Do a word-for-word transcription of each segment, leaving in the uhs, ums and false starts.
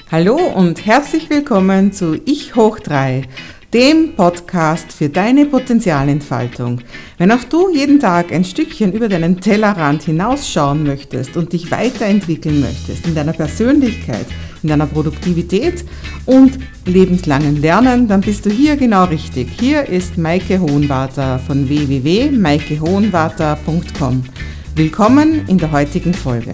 Hallo und herzlich willkommen zu Ich hoch drei, dem Podcast für deine Potenzialentfaltung. Wenn auch du jeden Tag ein Stückchen über deinen Tellerrand hinausschauen möchtest und dich weiterentwickeln möchtest in deiner Persönlichkeit, in deiner Produktivität und lebenslangen Lernen, dann bist du hier genau richtig. Hier ist Maike Hohenwarter von w w w punkt maike hohenwarter punkt com. Willkommen in der heutigen Folge.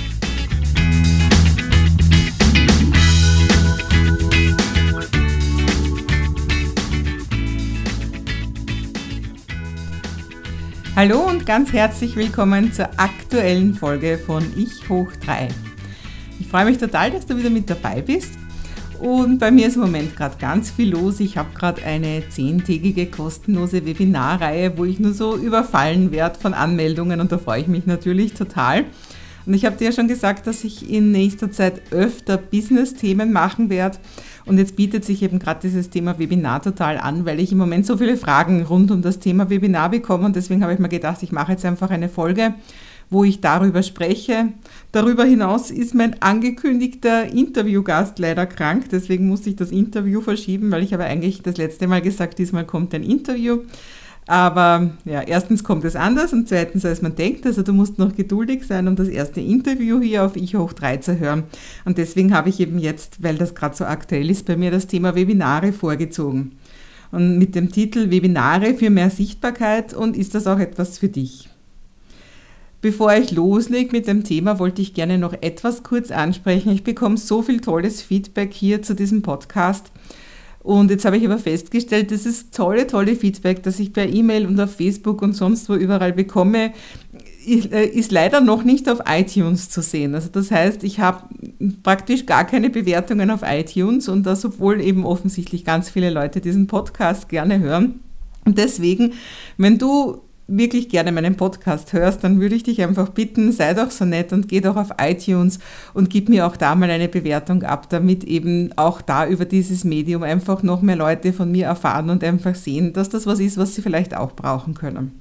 Hallo und ganz herzlich willkommen zur aktuellen Folge von Ich hoch drei. Ich freue mich total, dass du wieder mit dabei bist. Und bei mir ist im Moment gerade ganz viel los. Ich habe gerade eine zehntägige kostenlose Webinarreihe, wo ich nur so überfallen werde von Anmeldungen und da freue ich mich natürlich total. Und ich habe dir ja schon gesagt, dass ich in nächster Zeit öfter Business-Themen machen werde. Und jetzt bietet sich eben gerade dieses Thema Webinar total an, weil ich im Moment so viele Fragen rund um das Thema Webinar bekomme. Und deswegen habe ich mir gedacht, ich mache jetzt einfach eine Folge, wo ich darüber spreche. Darüber hinaus ist mein angekündigter Interviewgast leider krank. Deswegen musste ich das Interview verschieben, weil ich habe eigentlich das letzte Mal gesagt, diesmal kommt ein Interview. Aber ja, erstens kommt es anders und zweitens, als man denkt, also du musst noch geduldig sein, um das erste Interview hier auf Ich hoch drei zu hören. Und deswegen habe ich eben jetzt, weil das gerade so aktuell ist, bei mir das Thema Webinare vorgezogen. Und mit dem Titel Webinare für mehr Sichtbarkeit und ist das auch etwas für dich? Bevor ich loslege mit dem Thema, wollte ich gerne noch etwas kurz ansprechen. Ich bekomme so viel tolles Feedback hier zu diesem Podcast. Und jetzt habe ich aber festgestellt, das ist tolle, tolle Feedback, das ich per E-Mail und auf Facebook und sonst wo überall bekomme, ist leider noch nicht auf iTunes zu sehen. Also das heißt, ich habe praktisch gar keine Bewertungen auf iTunes und das, obwohl eben offensichtlich ganz viele Leute diesen Podcast gerne hören. Und deswegen, wenn du wirklich gerne meinen Podcast hörst, dann würde ich dich einfach bitten, sei doch so nett und geh doch auf iTunes und gib mir auch da mal eine Bewertung ab, damit eben auch da über dieses Medium einfach noch mehr Leute von mir erfahren und einfach sehen, dass das was ist, was sie vielleicht auch brauchen können.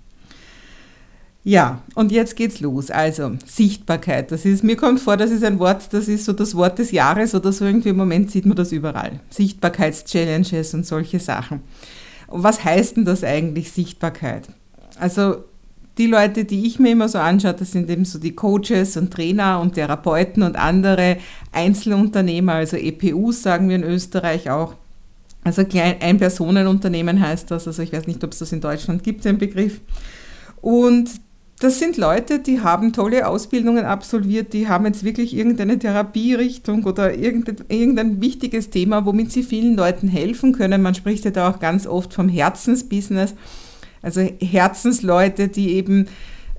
Ja, und jetzt geht's los. Also, Sichtbarkeit. Das ist, mir kommt vor, das ist ein Wort, das ist so das Wort des Jahres oder so irgendwie im Moment sieht man das überall. Sichtbarkeitschallenges und solche Sachen. Und was heißt denn das eigentlich, Sichtbarkeit? Also die Leute, die ich mir immer so anschaue, das sind eben so die Coaches und Trainer und Therapeuten und andere Einzelunternehmer, also E P Us sagen wir in Österreich auch. Also Ein-Personen-Unternehmen heißt das, also ich weiß nicht, ob es das in Deutschland gibt, den Begriff. Und das sind Leute, die haben tolle Ausbildungen absolviert, die haben jetzt wirklich irgendeine Therapierichtung oder irgendein, irgendein wichtiges Thema, womit sie vielen Leuten helfen können. Man spricht ja da auch ganz oft vom Herzensbusiness. Also Herzensleute, die eben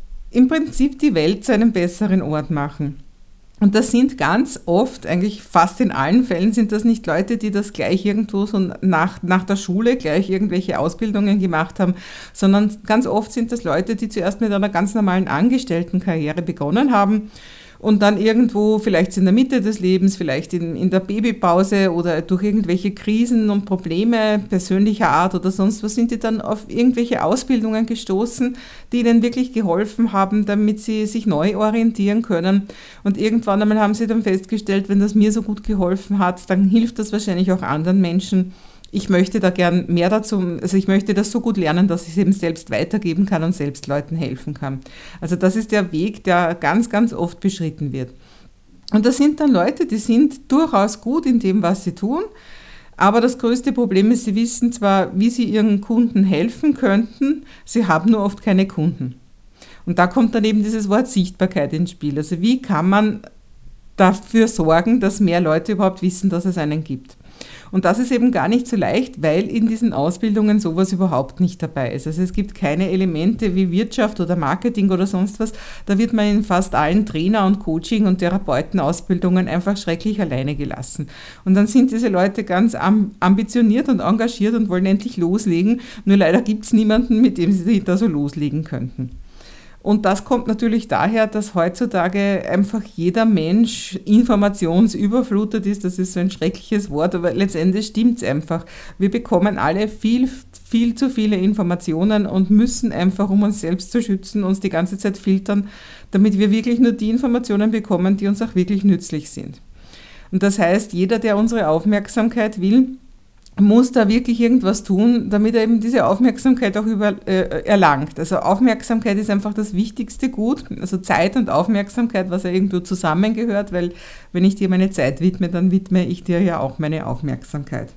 im Prinzip die Welt zu einem besseren Ort machen. Und das sind ganz oft, eigentlich fast in allen Fällen, sind das nicht Leute, die das gleich irgendwo so nach, nach der Schule gleich irgendwelche Ausbildungen gemacht haben, sondern ganz oft sind das Leute, die zuerst mit einer ganz normalen Angestelltenkarriere begonnen haben und dann irgendwo, vielleicht in der Mitte des Lebens, vielleicht in, in der Babypause oder durch irgendwelche Krisen und Probleme persönlicher Art oder sonst was, sind die dann auf irgendwelche Ausbildungen gestoßen, die ihnen wirklich geholfen haben, damit sie sich neu orientieren können. Und irgendwann einmal haben sie dann festgestellt, wenn das mir so gut geholfen hat, dann hilft das wahrscheinlich auch anderen Menschen. Ich möchte da gern mehr dazu, also ich möchte das so gut lernen, dass ich es eben selbst weitergeben kann und selbst Leuten helfen kann. Also das ist der Weg, der ganz, ganz oft beschritten wird. Und das sind dann Leute, die sind durchaus gut in dem, was sie tun, aber das größte Problem ist, sie wissen zwar, wie sie ihren Kunden helfen könnten, sie haben nur oft keine Kunden. Und da kommt dann eben dieses Wort Sichtbarkeit ins Spiel. Also wie kann man dafür sorgen, dass mehr Leute überhaupt wissen, dass es einen gibt? Und das ist eben gar nicht so leicht, weil in diesen Ausbildungen sowas überhaupt nicht dabei ist. Also es gibt keine Elemente wie Wirtschaft oder Marketing oder sonst was. Da wird man in fast allen Trainer- und Coaching- und Therapeutenausbildungen einfach schrecklich alleine gelassen. Und dann sind diese Leute ganz ambitioniert und engagiert und wollen endlich loslegen. Nur leider gibt es niemanden, mit dem sie da so loslegen könnten. Und das kommt natürlich daher, dass heutzutage einfach jeder Mensch informationsüberflutet ist. Das ist so ein schreckliches Wort, aber letztendlich stimmt es einfach. Wir bekommen alle viel, viel zu viele Informationen und müssen einfach, um uns selbst zu schützen, uns die ganze Zeit filtern, damit wir wirklich nur die Informationen bekommen, die uns auch wirklich nützlich sind. Und das heißt, jeder, der unsere Aufmerksamkeit will, muss da wirklich irgendwas tun, damit er eben diese Aufmerksamkeit auch über, äh, erlangt. Also Aufmerksamkeit ist einfach das wichtigste Gut, also Zeit und Aufmerksamkeit, was ja irgendwo zusammengehört, weil wenn ich dir meine Zeit widme, dann widme ich dir ja auch meine Aufmerksamkeit.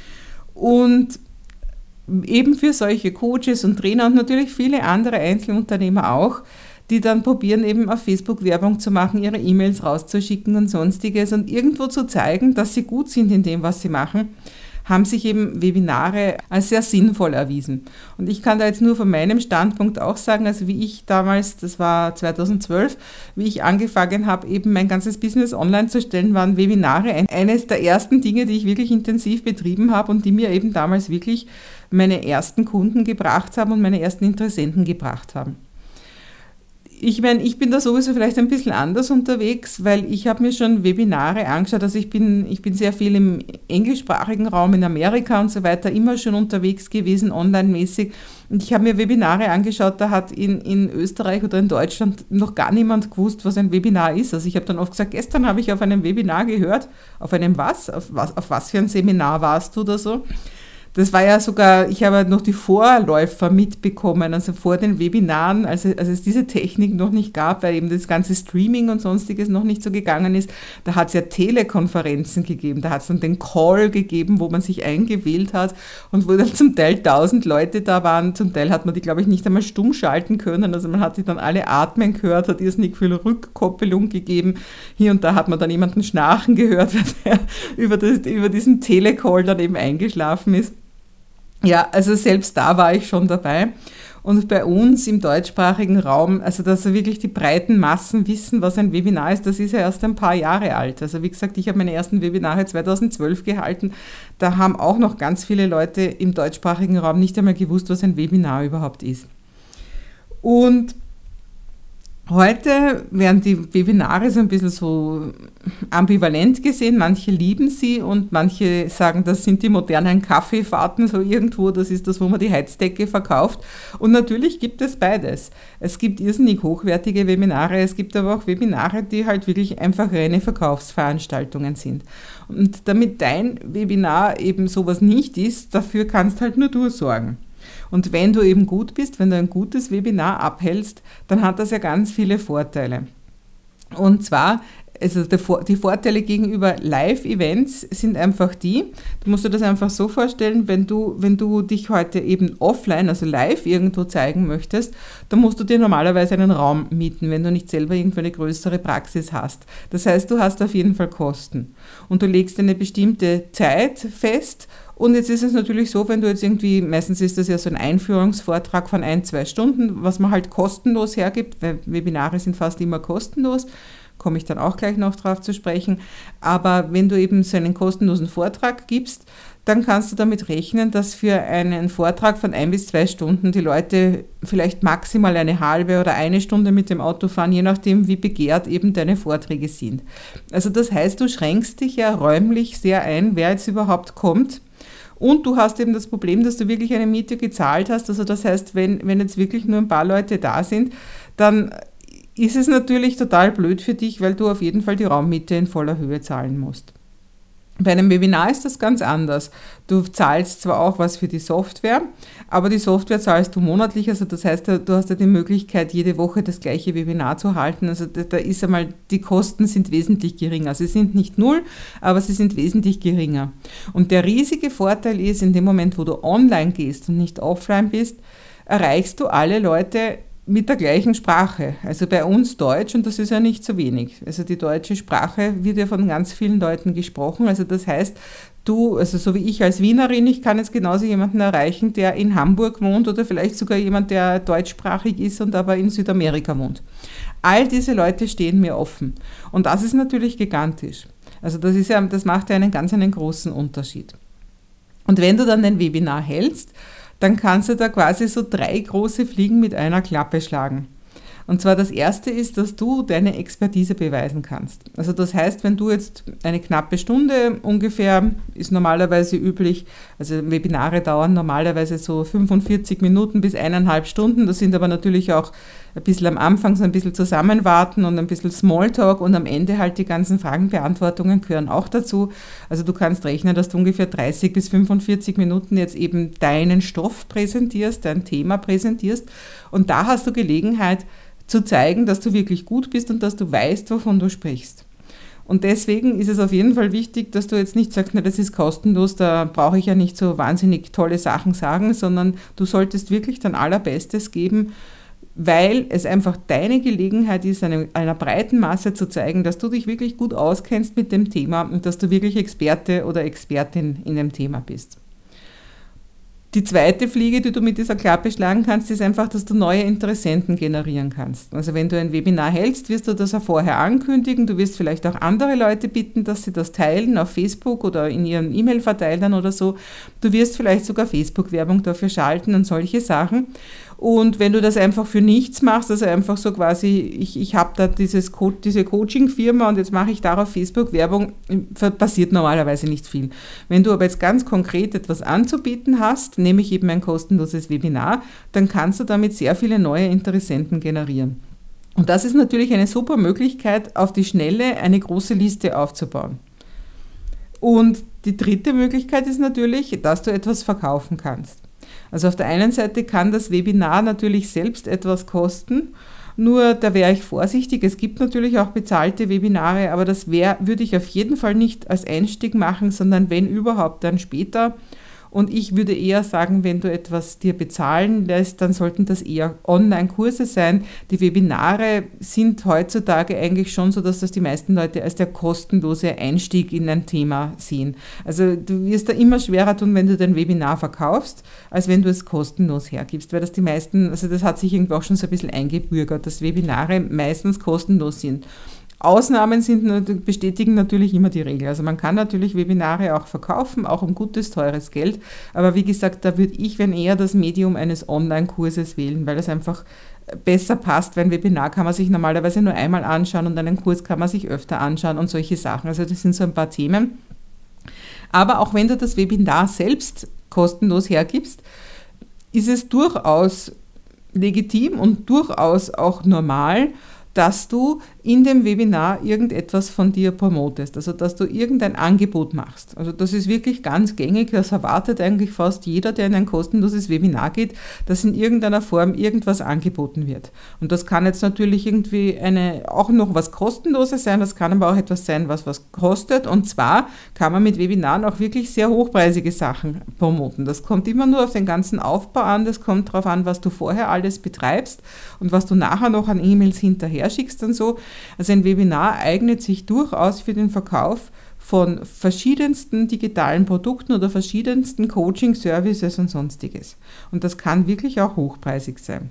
Und eben für solche Coaches und Trainer und natürlich viele andere Einzelunternehmer auch, die dann probieren, eben auf Facebook Werbung zu machen, ihre E-Mails rauszuschicken und sonstiges und irgendwo zu zeigen, dass sie gut sind in dem, was sie machen, haben sich eben Webinare als sehr sinnvoll erwiesen. Und ich kann da jetzt nur von meinem Standpunkt auch sagen, also wie ich damals, das war zweitausendzwölf, wie ich angefangen habe, eben mein ganzes Business online zu stellen, waren Webinare eines der ersten Dinge, die ich wirklich intensiv betrieben habe und die mir eben damals wirklich meine ersten Kunden gebracht haben und meine ersten Interessenten gebracht haben. Ich meine, ich bin da sowieso vielleicht ein bisschen anders unterwegs, weil ich habe mir schon Webinare angeschaut, also ich bin, ich bin sehr viel im englischsprachigen Raum, in Amerika und so weiter, immer schon unterwegs gewesen, online-mäßig. Und ich habe mir Webinare angeschaut, da hat in, in Österreich oder in Deutschland noch gar niemand gewusst, was ein Webinar ist. Also ich habe dann oft gesagt, gestern habe ich auf einem Webinar gehört, auf einem was? Auf was, auf was für ein Seminar warst du oder so? Das war ja sogar, ich habe noch die Vorläufer mitbekommen, also vor den Webinaren, als, als es diese Technik noch nicht gab, weil eben das ganze Streaming und sonstiges noch nicht so gegangen ist, da hat es ja Telekonferenzen gegeben, da hat es dann den Call gegeben, wo man sich eingewählt hat und wo dann zum Teil tausend Leute da waren, zum Teil hat man die, glaube ich, nicht einmal stumm schalten können, also man hat die dann alle atmen gehört, hat irrsinnig viel Rückkoppelung gegeben, hier und da hat man dann jemanden schnarchen gehört, der über, das, über diesen Telecall dann eben eingeschlafen ist. Ja, also selbst da war ich schon dabei. Und bei uns im deutschsprachigen Raum, also dass wirklich die breiten Massen wissen, was ein Webinar ist, das ist ja erst ein paar Jahre alt. Also wie gesagt, ich habe meine ersten Webinare zweitausendzwölf gehalten. Da haben auch noch ganz viele Leute im deutschsprachigen Raum nicht einmal gewusst, was ein Webinar überhaupt ist. Und heute werden die Webinare so ein bisschen so ambivalent gesehen. Manche lieben sie und manche sagen, das sind die modernen Kaffeefahrten so irgendwo, das ist das, wo man die Heizdecke verkauft. Und natürlich gibt es beides. Es gibt irrsinnig hochwertige Webinare, es gibt aber auch Webinare, die halt wirklich einfach reine Verkaufsveranstaltungen sind. Und damit dein Webinar eben sowas nicht ist, dafür kannst halt nur du sorgen. Und wenn du eben gut bist, wenn du ein gutes Webinar abhältst, dann hat das ja ganz viele Vorteile. Und zwar, also die Vorteile gegenüber Live-Events sind einfach die, du musst dir das einfach so vorstellen, wenn du, wenn du dich heute eben offline, also live irgendwo zeigen möchtest, dann musst du dir normalerweise einen Raum mieten, wenn du nicht selber irgendwo eine größere Praxis hast. Das heißt, du hast auf jeden Fall Kosten und du legst eine bestimmte Zeit fest. Und jetzt ist es natürlich so, wenn du jetzt irgendwie, meistens ist das ja so ein Einführungsvortrag von ein, zwei Stunden, was man halt kostenlos hergibt, weil Webinare sind fast immer kostenlos, komme ich dann auch gleich noch drauf zu sprechen. Aber wenn du eben so einen kostenlosen Vortrag gibst, dann kannst du damit rechnen, dass für einen Vortrag von ein bis zwei Stunden die Leute vielleicht maximal eine halbe oder eine Stunde mit dem Auto fahren, je nachdem, wie begehrt eben deine Vorträge sind. Also das heißt, du schränkst dich ja räumlich sehr ein, wer jetzt überhaupt kommt. Und du hast eben das Problem, dass du wirklich eine Miete gezahlt hast. Also das heißt, wenn, wenn jetzt wirklich nur ein paar Leute da sind, dann ist es natürlich total blöd für dich, weil du auf jeden Fall die Raummiete in voller Höhe zahlen musst. Bei einem Webinar ist das ganz anders. Du zahlst zwar auch was für die Software, aber die Software zahlst du monatlich. Also das heißt, du hast ja die Möglichkeit, jede Woche das gleiche Webinar zu halten. Also da ist einmal, die Kosten sind wesentlich geringer. Sie sind nicht null, aber sie sind wesentlich geringer. Und der riesige Vorteil ist, in dem Moment, wo du online gehst und nicht offline bist, erreichst du alle Leute mit der gleichen Sprache, also bei uns Deutsch, und das ist ja nicht so wenig. Also die deutsche Sprache wird ja von ganz vielen Leuten gesprochen, also das heißt, du, also so wie ich als Wienerin, ich kann jetzt genauso jemanden erreichen, der in Hamburg wohnt oder vielleicht sogar jemand, der deutschsprachig ist und aber in Südamerika wohnt. All diese Leute stehen mir offen und das ist natürlich gigantisch. Also das ist ja, das macht ja einen ganz einen großen Unterschied. Und wenn du dann ein Webinar hältst, dann kannst du da quasi so drei große Fliegen mit einer Klappe schlagen. Und zwar das erste ist, dass du deine Expertise beweisen kannst. Also das heißt, wenn du jetzt eine knappe Stunde ungefähr, ist normalerweise üblich, also Webinare dauern normalerweise so fünfundvierzig Minuten bis eineinhalb Stunden, das sind aber natürlich auch ein bisschen am Anfang so ein bisschen zusammenwarten und ein bisschen Smalltalk und am Ende halt die ganzen Fragenbeantwortungen gehören auch dazu. Also du kannst rechnen, dass du ungefähr dreißig bis fünfundvierzig Minuten jetzt eben deinen Stoff präsentierst, dein Thema präsentierst und da hast du Gelegenheit zu zeigen, dass du wirklich gut bist und dass du weißt, wovon du sprichst. Und deswegen ist es auf jeden Fall wichtig, dass du jetzt nicht sagst, na, das ist kostenlos, da brauche ich ja nicht so wahnsinnig tolle Sachen sagen, sondern du solltest wirklich dein Allerbestes geben, weil es einfach deine Gelegenheit ist, einer, einer breiten Masse zu zeigen, dass du dich wirklich gut auskennst mit dem Thema und dass du wirklich Experte oder Expertin in dem Thema bist. Die zweite Fliege, die du mit dieser Klappe schlagen kannst, ist einfach, dass du neue Interessenten generieren kannst. Also wenn du ein Webinar hältst, wirst du das auch vorher ankündigen. Du wirst vielleicht auch andere Leute bitten, dass sie das teilen auf Facebook oder in ihren E-Mail-Verteilern oder so. Du wirst vielleicht sogar Facebook-Werbung dafür schalten und solche Sachen. Und wenn du das einfach für nichts machst, also einfach so quasi, ich, ich habe da dieses Co- diese Coaching-Firma und jetzt mache ich darauf Facebook-Werbung, passiert normalerweise nicht viel. Wenn du aber jetzt ganz konkret etwas anzubieten hast, nämlich eben ein kostenloses Webinar, dann kannst du damit sehr viele neue Interessenten generieren. Und das ist natürlich eine super Möglichkeit, auf die Schnelle eine große Liste aufzubauen. Und die dritte Möglichkeit ist natürlich, dass du etwas verkaufen kannst. Also auf der einen Seite kann das Webinar natürlich selbst etwas kosten, nur da wäre ich vorsichtig. Es gibt natürlich auch bezahlte Webinare, aber das wär, würde ich auf jeden Fall nicht als Einstieg machen, sondern wenn überhaupt, dann später. Und ich würde eher sagen, wenn du etwas dir bezahlen lässt, dann sollten das eher Online-Kurse sein. Die Webinare sind heutzutage eigentlich schon so, dass das die meisten Leute als der kostenlose Einstieg in ein Thema sehen. Also du wirst da immer schwerer tun, wenn du dein Webinar verkaufst, als wenn du es kostenlos hergibst, weil das die meisten, also das hat sich irgendwo auch schon so ein bisschen eingebürgert, dass Webinare meistens kostenlos sind. Ausnahmen sind, bestätigen natürlich immer die Regel. Also man kann natürlich Webinare auch verkaufen, auch um gutes, teures Geld. Aber wie gesagt, da würde ich, wenn eher, das Medium eines Online-Kurses wählen, weil das einfach besser passt, weil ein Webinar kann man sich normalerweise nur einmal anschauen und einen Kurs kann man sich öfter anschauen und solche Sachen. Also das sind so ein paar Themen. Aber auch wenn du das Webinar selbst kostenlos hergibst, ist es durchaus legitim und durchaus auch normal, dass du in dem Webinar irgendetwas von dir promotest, also dass du irgendein Angebot machst. Also das ist wirklich ganz gängig, das erwartet eigentlich fast jeder, der in ein kostenloses Webinar geht, dass in irgendeiner Form irgendwas angeboten wird. Und das kann jetzt natürlich irgendwie eine, auch noch was Kostenloses sein, das kann aber auch etwas sein, was was kostet. Und zwar kann man mit Webinaren auch wirklich sehr hochpreisige Sachen promoten. Das kommt immer nur auf den ganzen Aufbau an, das kommt darauf an, was du vorher alles betreibst und was du nachher noch an E-Mails hinterher schickst und so. Also ein Webinar eignet sich durchaus für den Verkauf von verschiedensten digitalen Produkten oder verschiedensten Coaching-Services und sonstiges. Und das kann wirklich auch hochpreisig sein.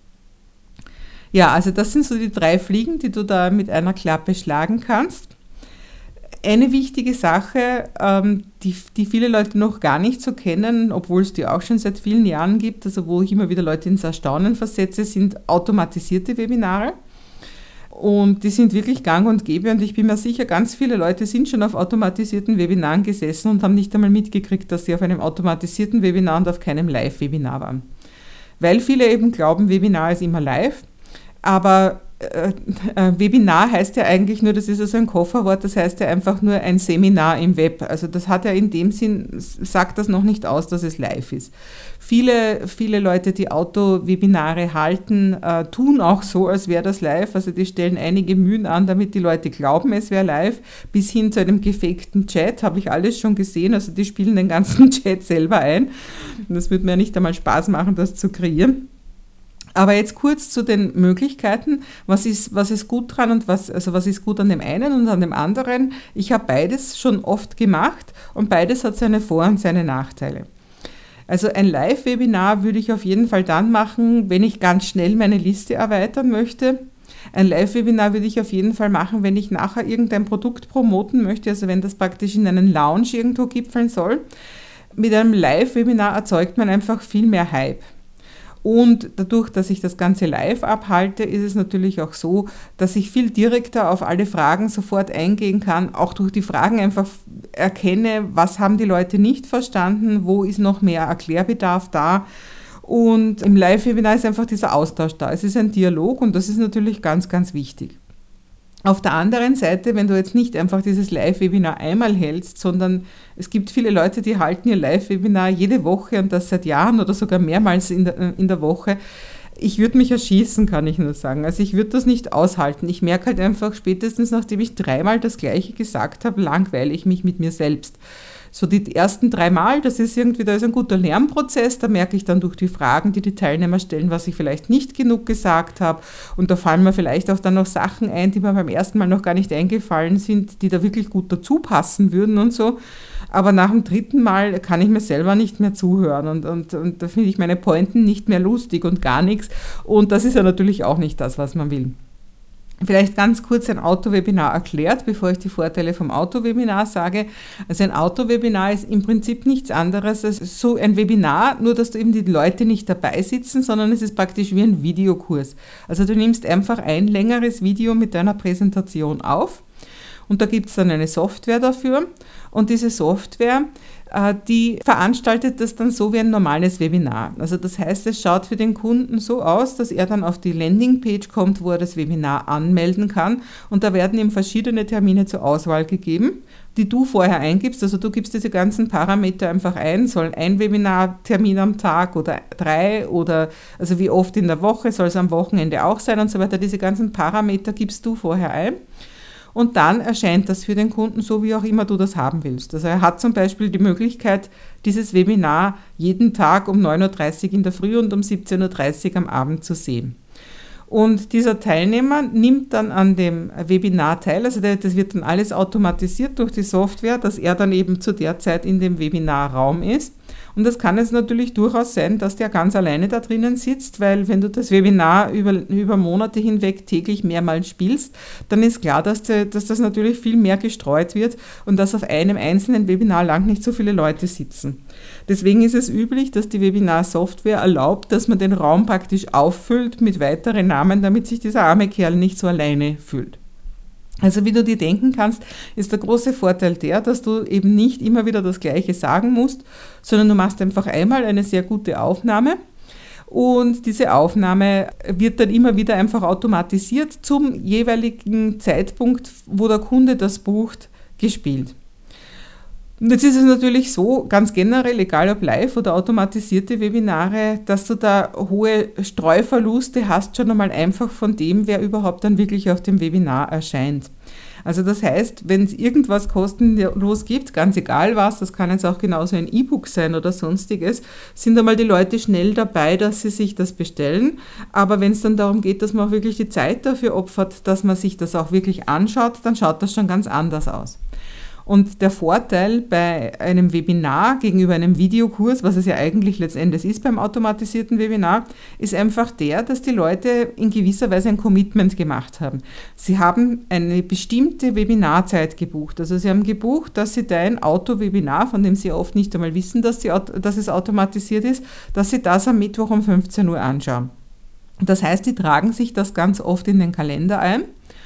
Ja, also das sind so die drei Fliegen, die du da mit einer Klappe schlagen kannst. Eine wichtige Sache, ähm, die, die viele Leute noch gar nicht so kennen, obwohl es die auch schon seit vielen Jahren gibt, also wo ich immer wieder Leute ins Erstaunen versetze, sind automatisierte Webinare. Und die sind wirklich gang und gäbe und ich bin mir sicher, ganz viele Leute sind schon auf automatisierten Webinaren gesessen und haben nicht einmal mitgekriegt, dass sie auf einem automatisierten Webinar und auf keinem Live-Webinar waren. Weil viele eben glauben, Webinar ist immer live, aber äh, äh, Webinar heißt ja eigentlich nur, das ist also ein Kofferwort, das heißt ja einfach nur ein Seminar im Web. Also das hat ja in dem Sinn, sagt das noch nicht aus, dass es live ist. Viele, viele Leute, die Auto-Webinare halten, äh, tun auch so, als wäre das live. Also die stellen einige Mühen an, damit die Leute glauben, es wäre live, bis hin zu einem gefakten Chat, habe ich alles schon gesehen. Also die spielen den ganzen Chat selber ein. Und das würde mir ja nicht einmal Spaß machen, das zu kreieren. Aber jetzt kurz zu den Möglichkeiten, was ist, was ist gut dran und was, also was ist gut an dem einen und an dem anderen. Ich habe beides schon oft gemacht und beides hat seine Vor- und seine Nachteile. Also ein Live-Webinar würde ich auf jeden Fall dann machen, wenn ich ganz schnell meine Liste erweitern möchte. Ein Live-Webinar würde ich auf jeden Fall machen, wenn ich nachher irgendein Produkt promoten möchte, also wenn das praktisch in einen Lounge irgendwo gipfeln soll. Mit einem Live-Webinar erzeugt man einfach viel mehr Hype. Und dadurch, dass ich das Ganze live abhalte, ist es natürlich auch so, dass ich viel direkter auf alle Fragen sofort eingehen kann, auch durch die Fragen einfach erkenne, was haben die Leute nicht verstanden, wo ist noch mehr Erklärbedarf da. Und im Live-Webinar ist einfach dieser Austausch da. Es ist ein Dialog und das ist natürlich ganz, ganz wichtig. Auf der anderen Seite, wenn du jetzt nicht einfach dieses Live-Webinar einmal hältst, sondern es gibt viele Leute, die halten ihr Live-Webinar jede Woche und das seit Jahren oder sogar mehrmals in der, in der Woche. Ich würde mich erschießen, kann ich nur sagen. Also ich würde das nicht aushalten. Ich merke halt einfach spätestens, nachdem ich dreimal das Gleiche gesagt habe, langweile ich mich mit mir selbst. So die ersten drei Mal, das ist irgendwie, da ist ein guter Lernprozess, da merke ich dann durch die Fragen, die die Teilnehmer stellen, was ich vielleicht nicht genug gesagt habe und da fallen mir vielleicht auch dann noch Sachen ein, die mir beim ersten Mal noch gar nicht eingefallen sind, die da wirklich gut dazu passen würden und so. Aber nach dem dritten Mal kann ich mir selber nicht mehr zuhören und, und, und da finde ich meine Pointen nicht mehr lustig und gar nichts und das ist ja natürlich auch nicht das, was man will. Vielleicht ganz kurz ein Autowebinar erklärt, bevor ich die Vorteile vom Autowebinar sage. Also ein Autowebinar ist im Prinzip nichts anderes als so ein Webinar, nur dass du eben die Leute nicht dabei sitzen, sondern es ist praktisch wie ein Videokurs. Also du nimmst einfach ein längeres Video mit deiner Präsentation auf und da gibt es dann eine Software dafür und diese Software, die veranstaltet das dann so wie ein normales Webinar. Also das heißt, es schaut für den Kunden so aus, dass er dann auf die Landingpage kommt, wo er das Webinar anmelden kann und da werden ihm verschiedene Termine zur Auswahl gegeben, die du vorher eingibst. Also du gibst diese ganzen Parameter einfach ein, soll ein Webinartermin am Tag oder drei oder also wie oft in der Woche, soll es am Wochenende auch sein und so weiter. Diese ganzen Parameter gibst du vorher ein. Und dann erscheint das für den Kunden so, wie auch immer du das haben willst. Also er hat zum Beispiel die Möglichkeit, dieses Webinar jeden Tag um neun Uhr dreißig in der Früh und um siebzehn Uhr dreißig am Abend zu sehen. Und dieser Teilnehmer nimmt dann an dem Webinar teil, also das wird dann alles automatisiert durch die Software, dass er dann eben zu der Zeit in dem Webinarraum ist. Und das kann es natürlich durchaus sein, dass der ganz alleine da drinnen sitzt, weil wenn du das Webinar über, über Monate hinweg täglich mehrmals spielst, dann ist klar, dass, de, dass das natürlich viel mehr gestreut wird und dass auf einem einzelnen Webinar lang nicht so viele Leute sitzen. Deswegen ist es üblich, dass die Webinar-Software erlaubt, dass man den Raum praktisch auffüllt mit weiteren Namen, damit sich dieser arme Kerl nicht so alleine fühlt. Also wie du dir denken kannst, ist der große Vorteil der, dass du eben nicht immer wieder das Gleiche sagen musst, sondern du machst einfach einmal eine sehr gute Aufnahme und diese Aufnahme wird dann immer wieder einfach automatisiert zum jeweiligen Zeitpunkt, wo der Kunde das bucht, gespielt. Und jetzt ist es natürlich so, ganz generell, egal ob live oder automatisierte Webinare, dass du da hohe Streuverluste hast, schon einmal einfach von dem, wer überhaupt dann wirklich auf dem Webinar erscheint. Also das heißt, wenn es irgendwas kostenlos gibt, ganz egal was, das kann jetzt auch genauso ein E-Book sein oder sonstiges, sind einmal die Leute schnell dabei, dass sie sich das bestellen. Aber wenn es dann darum geht, dass man auch wirklich die Zeit dafür opfert, dass man sich das auch wirklich anschaut, dann schaut das schon ganz anders aus. Und der Vorteil bei einem Webinar gegenüber einem Videokurs, was es ja eigentlich letztendlich ist beim automatisierten Webinar, ist einfach der, dass die Leute in gewisser Weise ein Commitment gemacht haben. Sie haben eine bestimmte Webinarzeit gebucht. Also sie haben gebucht, dass sie dein Auto-Webinar, von dem sie oft nicht einmal wissen, dass, sie, dass es automatisiert ist, dass sie das am Mittwoch um fünfzehn Uhr anschauen. Das heißt, die tragen sich das ganz oft in den Kalender ein.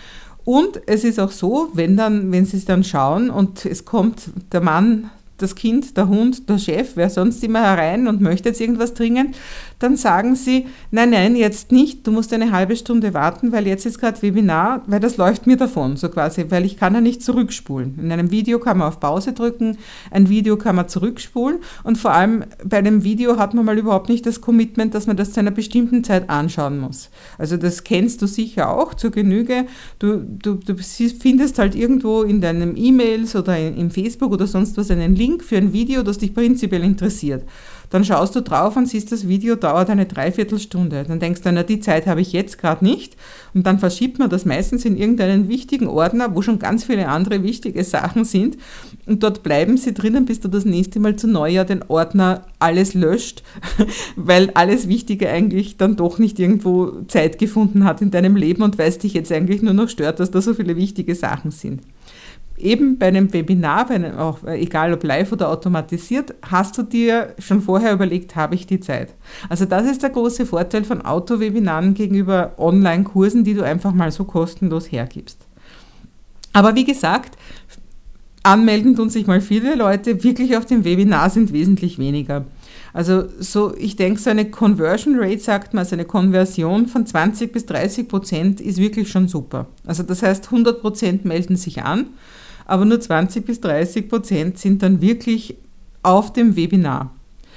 Und es ist auch so, wenn dann, wenn sie es dann schauen und es kommt der Mann, das Kind, der Hund, der Chef, wer sonst immer herein und möchte jetzt irgendwas dringend, dann sagen sie, nein, nein, jetzt nicht, du musst eine halbe Stunde warten, weil jetzt ist gerade Webinar, weil das läuft mir davon, so quasi, weil ich kann ja nicht zurückspulen. In einem Video kann man auf Pause drücken, ein Video kann man zurückspulen und vor allem bei einem Video hat man mal überhaupt nicht das Commitment, dass man das zu einer bestimmten Zeit anschauen muss. Also das kennst du sicher auch zur Genüge. Du, du, du findest halt irgendwo in deinen E-Mails oder in, im Facebook oder sonst was einen Link für ein Video, das dich prinzipiell interessiert. Dann schaust du drauf und siehst, das Video dauert eine Dreiviertelstunde. Dann denkst du, na, die Zeit habe ich jetzt gerade nicht. Und dann verschiebt man das meistens in irgendeinen wichtigen Ordner, wo schon ganz viele andere wichtige Sachen sind. Und dort bleiben sie drinnen, bis du das nächste Mal zu Neujahr den Ordner alles löscht, weil alles Wichtige eigentlich dann doch nicht irgendwo Zeit gefunden hat in deinem Leben und weil es dich jetzt eigentlich nur noch stört, dass da so viele wichtige Sachen sind. Eben bei einem Webinar, bei einem, auch egal ob live oder automatisiert, hast du dir schon vorher überlegt, habe ich die Zeit? Also das ist der große Vorteil von Auto-Webinaren gegenüber Online-Kursen, die du einfach mal so kostenlos hergibst. Aber wie gesagt, anmelden tun sich mal viele Leute, wirklich auf dem Webinar sind wesentlich weniger. Also so, ich denke, so eine Conversion Rate, sagt man, also eine Konversion von zwanzig bis dreißig Prozent ist wirklich schon super. Also das heißt, hundert Prozent melden sich an, aber nur zwanzig bis dreißig Prozent sind dann wirklich auf dem Webinar.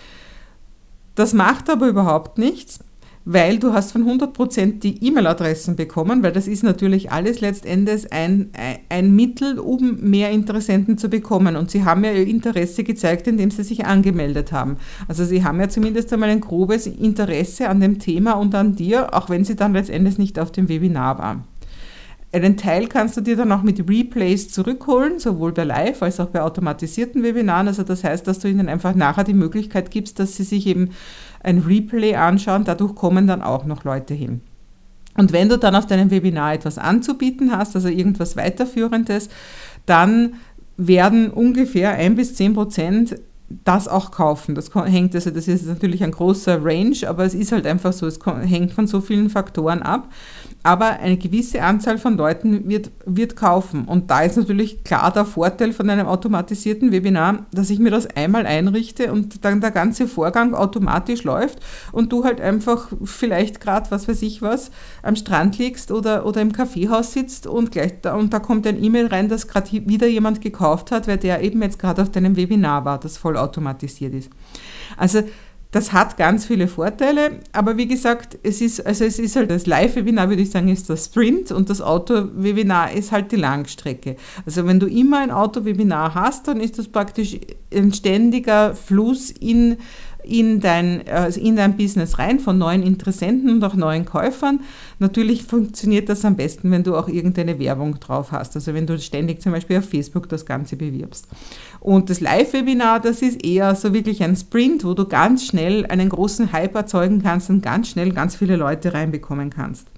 Das macht aber überhaupt nichts, weil du hast von hundert Prozent die E-Mail-Adressen bekommen, weil das ist natürlich alles letztendlich ein, ein Mittel, um mehr Interessenten zu bekommen. Und sie haben ja ihr Interesse gezeigt, indem sie sich angemeldet haben. Also sie haben ja zumindest einmal ein grobes Interesse an dem Thema und an dir, auch wenn sie dann letztendlich nicht auf dem Webinar waren. Einen Teil kannst du dir dann auch mit Replays zurückholen, sowohl bei Live- als auch bei automatisierten Webinaren. Also das heißt, dass du ihnen einfach nachher die Möglichkeit gibst, dass sie sich eben ein Replay anschauen. Dadurch kommen dann auch noch Leute hin. Und wenn du dann auf deinem Webinar etwas anzubieten hast, also irgendwas Weiterführendes, dann werden ungefähr ein bis zehn Prozent das auch kaufen. Das hängt, also das ist natürlich ein großer Range, aber es ist halt einfach so, es hängt von so vielen Faktoren ab. Aber eine gewisse Anzahl von Leuten wird, wird kaufen. Und da ist natürlich klar der Vorteil von einem automatisierten Webinar, dass ich mir das einmal einrichte und dann der ganze Vorgang automatisch läuft und du halt einfach vielleicht gerade, was weiß ich was, am Strand liegst oder, oder im Kaffeehaus sitzt und gleich da, und da kommt ein E-Mail rein, dass gerade wieder jemand gekauft hat, weil der eben jetzt gerade auf deinem Webinar war, das voll automatisiert ist. Also das hat ganz viele Vorteile, aber wie gesagt, es ist, also es ist halt das Live-Webinar, würde ich sagen, ist das Sprint und das Auto-Webinar ist halt die Langstrecke. Also wenn du immer ein Auto-Webinar hast, dann ist das praktisch ein ständiger Fluss in in dein, also in dein Business rein von neuen Interessenten und auch neuen Käufern. Natürlich funktioniert das am besten, wenn du auch irgendeine Werbung drauf hast, also wenn du ständig zum Beispiel auf Facebook das Ganze bewirbst. Und das Live-Webinar, das ist eher so wirklich ein Sprint, wo du ganz schnell einen großen Hype erzeugen kannst und ganz schnell ganz viele Leute reinbekommen kannst.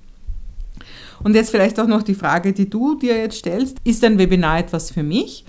Und jetzt vielleicht auch noch die Frage, die du dir jetzt stellst, ist ein Webinar etwas für mich?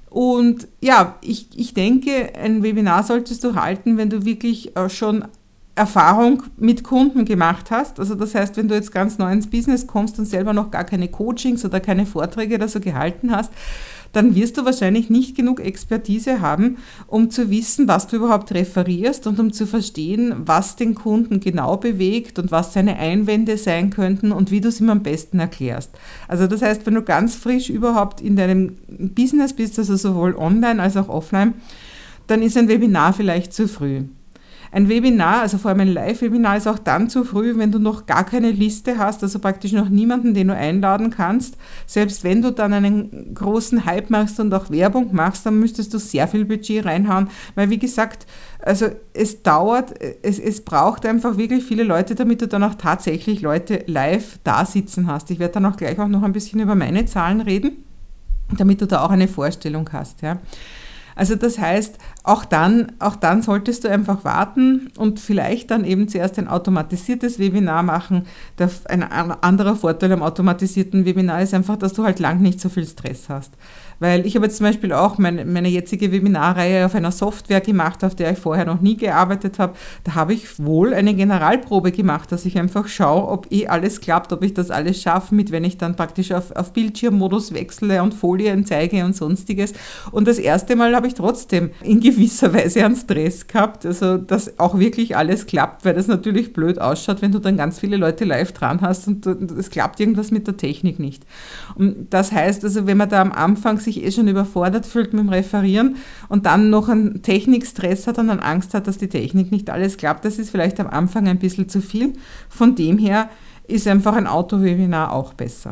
Und ja, ich, ich denke, ein Webinar solltest du halten, wenn du wirklich äh, schon Erfahrung mit Kunden gemacht hast. Also das heißt, wenn du jetzt ganz neu ins Business kommst und selber noch gar keine Coachings oder keine Vorträge oder so gehalten hast, dann wirst du wahrscheinlich nicht genug Expertise haben, um zu wissen, was du überhaupt referierst und um zu verstehen, was den Kunden genau bewegt und was seine Einwände sein könnten und wie du es ihm am besten erklärst. Also das heißt, wenn du ganz frisch überhaupt in deinem Business bist, also sowohl online als auch offline, dann ist ein Webinar vielleicht zu früh. Ein Webinar, also vor allem ein Live-Webinar, ist auch dann zu früh, wenn du noch gar keine Liste hast, also praktisch noch niemanden, den du einladen kannst. Selbst wenn du dann einen großen Hype machst und auch Werbung machst, dann müsstest du sehr viel Budget reinhauen, weil wie gesagt, also es dauert, es, es braucht einfach wirklich viele Leute, damit du dann auch tatsächlich Leute live da sitzen hast. Ich werde dann auch gleich auch noch ein bisschen über meine Zahlen reden, damit du da auch eine Vorstellung hast, ja. Also das heißt, auch dann, auch dann solltest du einfach warten und vielleicht dann eben zuerst ein automatisiertes Webinar machen. Der, ein anderer Vorteil am automatisierten Webinar ist einfach, dass du halt lang nicht so viel Stress hast. Weil ich habe jetzt zum Beispiel auch meine, meine jetzige Webinarreihe auf einer Software gemacht, auf der ich vorher noch nie gearbeitet habe. Da habe ich wohl eine Generalprobe gemacht, dass ich einfach schaue, ob eh alles klappt, ob ich das alles schaffe, mit wenn ich dann praktisch auf, auf Bildschirmmodus wechsle und Folien zeige und sonstiges. Und das erste Mal habe ich trotzdem in gewisser Weise einen Stress gehabt, also dass auch wirklich alles klappt, weil das natürlich blöd ausschaut, wenn du dann ganz viele Leute live dran hast und es klappt irgendwas mit der Technik nicht. Und das heißt also, wenn man da am Anfang sich eh schon überfordert fühlt mit dem Referieren und dann noch einen Technikstress hat und dann Angst hat, dass die Technik nicht alles klappt, das ist vielleicht am Anfang ein bisschen zu viel. Von dem her ist einfach ein Auto-Webinar auch besser.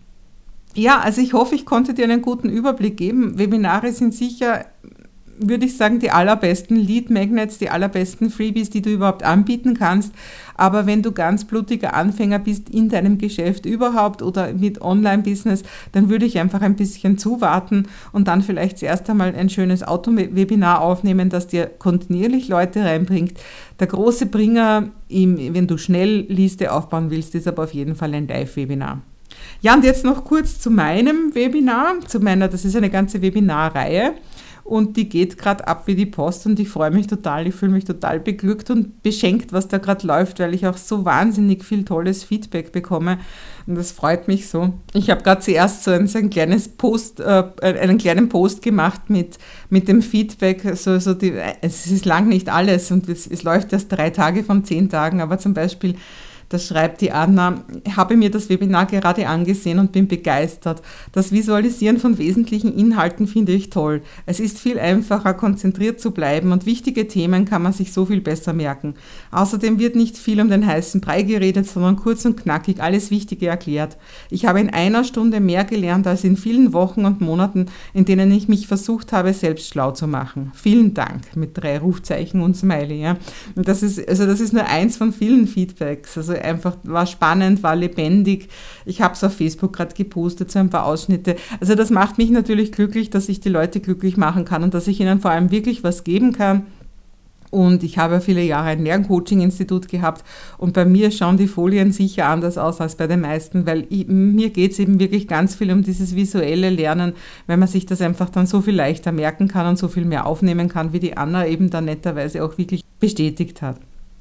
Ja, also ich hoffe, ich konnte dir einen guten Überblick geben. Webinare sind sicher, würde ich sagen, die allerbesten Lead Magnets, die allerbesten Freebies, die du überhaupt anbieten kannst. Aber wenn du ganz blutiger Anfänger bist in deinem Geschäft überhaupt oder mit Online-Business, dann würde ich einfach ein bisschen zuwarten und dann vielleicht zuerst einmal ein schönes Auto-Webinar aufnehmen, das dir kontinuierlich Leute reinbringt. Der große Bringer, wenn du schnell Liste aufbauen willst, ist aber auf jeden Fall ein Live-Webinar. Ja, und jetzt noch kurz zu meinem Webinar, zu meiner, das ist eine ganze Webinarreihe. und die geht gerade ab wie die Post und ich freue mich total, ich fühle mich total beglückt und beschenkt, was da gerade läuft, weil ich auch so wahnsinnig viel tolles Feedback bekomme und das freut mich so. Ich habe gerade zuerst so ein, so ein kleines Post, äh, einen kleinen Post gemacht mit, mit dem Feedback, so, so die, es ist lang nicht alles und es, es läuft erst drei Tage von zehn Tagen, aber zum Beispiel da schreibt die Anna, habe mir das Webinar gerade angesehen und bin begeistert. Das Visualisieren von wesentlichen Inhalten finde ich toll. Es ist viel einfacher, konzentriert zu bleiben und wichtige Themen kann man sich so viel besser merken. Außerdem wird nicht viel um den heißen Brei geredet, sondern kurz und knackig alles Wichtige erklärt. Ich habe in einer Stunde mehr gelernt als in vielen Wochen und Monaten, in denen ich mich versucht habe, selbst schlau zu machen. Vielen Dank mit drei Rufzeichen und Smiley. Ja. Und das ist, also das ist nur eins von vielen Feedbacks. Also einfach war spannend, war lebendig. Ich habe es auf Facebook gerade gepostet, so ein paar Ausschnitte. Also das macht mich natürlich glücklich, dass ich die Leute glücklich machen kann und dass ich ihnen vor allem wirklich was geben kann. Und ich habe viele Jahre ein Lerncoaching-Institut gehabt und bei mir schauen die Folien sicher anders aus als bei den meisten, weil ich, mir geht es eben wirklich ganz viel um dieses visuelle Lernen, weil man sich das einfach dann so viel leichter merken kann und so viel mehr aufnehmen kann, wie die Anna eben da netterweise auch wirklich bestätigt hat.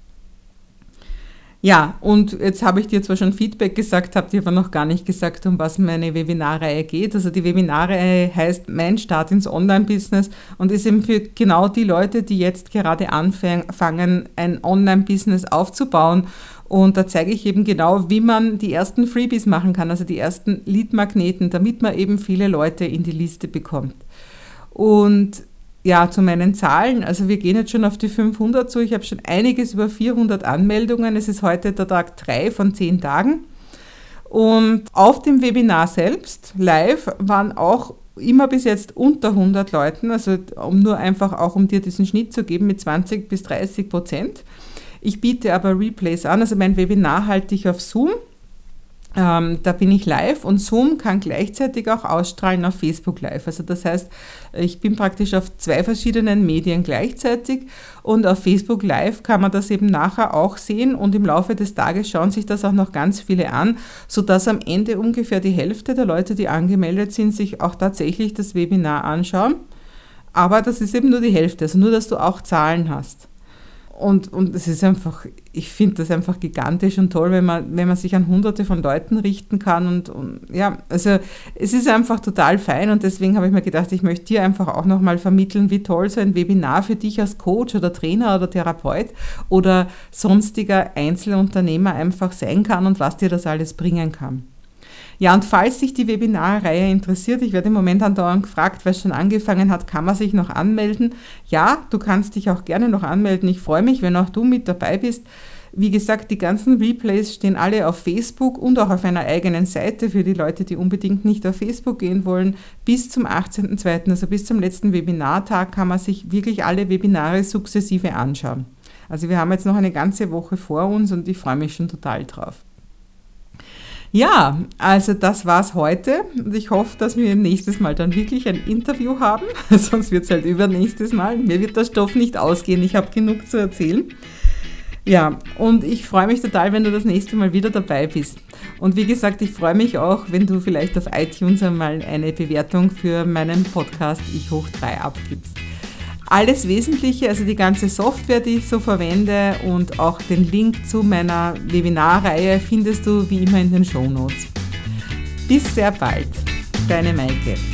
Ja, und jetzt habe ich dir zwar schon Feedback gesagt, habe dir aber noch gar nicht gesagt, um was meine Webinarreihe geht. Also die Webinarreihe heißt Mein Start ins Online-Business und ist eben für genau die Leute, die jetzt gerade anfangen, ein Online-Business aufzubauen. Und da zeige ich eben genau, wie man die ersten Freebies machen kann, also die ersten Lead-Magneten, damit man eben viele Leute in die Liste bekommt. Und ja, zu meinen Zahlen, also wir gehen jetzt schon auf die fünfhundert zu, ich habe schon einiges über vierhundert Anmeldungen, es ist heute der Tag drei von zehn Tagen und auf dem Webinar selbst, live, waren auch immer bis jetzt unter hundert Leuten, also um nur einfach auch um dir diesen Schnitt zu geben mit zwanzig bis dreißig Prozent. Ich biete aber Replays an, also mein Webinar halte ich auf Zoom. Ähm, da bin ich live und Zoom kann gleichzeitig auch ausstrahlen auf Facebook Live. Also das heißt, ich bin praktisch auf zwei verschiedenen Medien gleichzeitig und auf Facebook Live kann man das eben nachher auch sehen und im Laufe des Tages schauen sich das auch noch ganz viele an, sodass am Ende ungefähr die Hälfte der Leute, die angemeldet sind, sich auch tatsächlich das Webinar anschauen. Aber das ist eben nur die Hälfte, also nur, dass du auch Zahlen hast. Und, und es ist einfach, ich finde das einfach gigantisch und toll, wenn man, wenn man sich an hunderte von Leuten richten kann und, und ja, also es ist einfach total fein und deswegen habe ich mir gedacht, ich möchte dir einfach auch nochmal vermitteln, wie toll so ein Webinar für dich als Coach oder Trainer oder Therapeut oder sonstiger Einzelunternehmer einfach sein kann und was dir das alles bringen kann. Ja, und falls dich die Webinarreihe interessiert, ich werde im Moment andauernd gefragt, wer schon angefangen hat, kann man sich noch anmelden? Ja, du kannst dich auch gerne noch anmelden. Ich freue mich, wenn auch du mit dabei bist. Wie gesagt, die ganzen Replays stehen alle auf Facebook und auch auf einer eigenen Seite für die Leute, die unbedingt nicht auf Facebook gehen wollen. Bis zum achtzehnten zweiten, also bis zum letzten Webinartag, kann man sich wirklich alle Webinare sukzessive anschauen. Also wir haben jetzt noch eine ganze Woche vor uns und ich freue mich schon total drauf. Ja, also das war's heute und ich hoffe, dass wir nächstes Mal dann wirklich ein Interview haben, sonst wird es halt übernächstes Mal. Mir wird der Stoff nicht ausgehen, ich habe genug zu erzählen. Ja, und ich freue mich total, wenn du das nächste Mal wieder dabei bist. Und wie gesagt, ich freue mich auch, wenn du vielleicht auf iTunes einmal eine Bewertung für meinen Podcast Ich hoch drei abgibst. Alles Wesentliche, also die ganze Software, die ich so verwende und auch den Link zu meiner Webinarreihe findest du wie immer in den Shownotes. Bis sehr bald, deine Maike.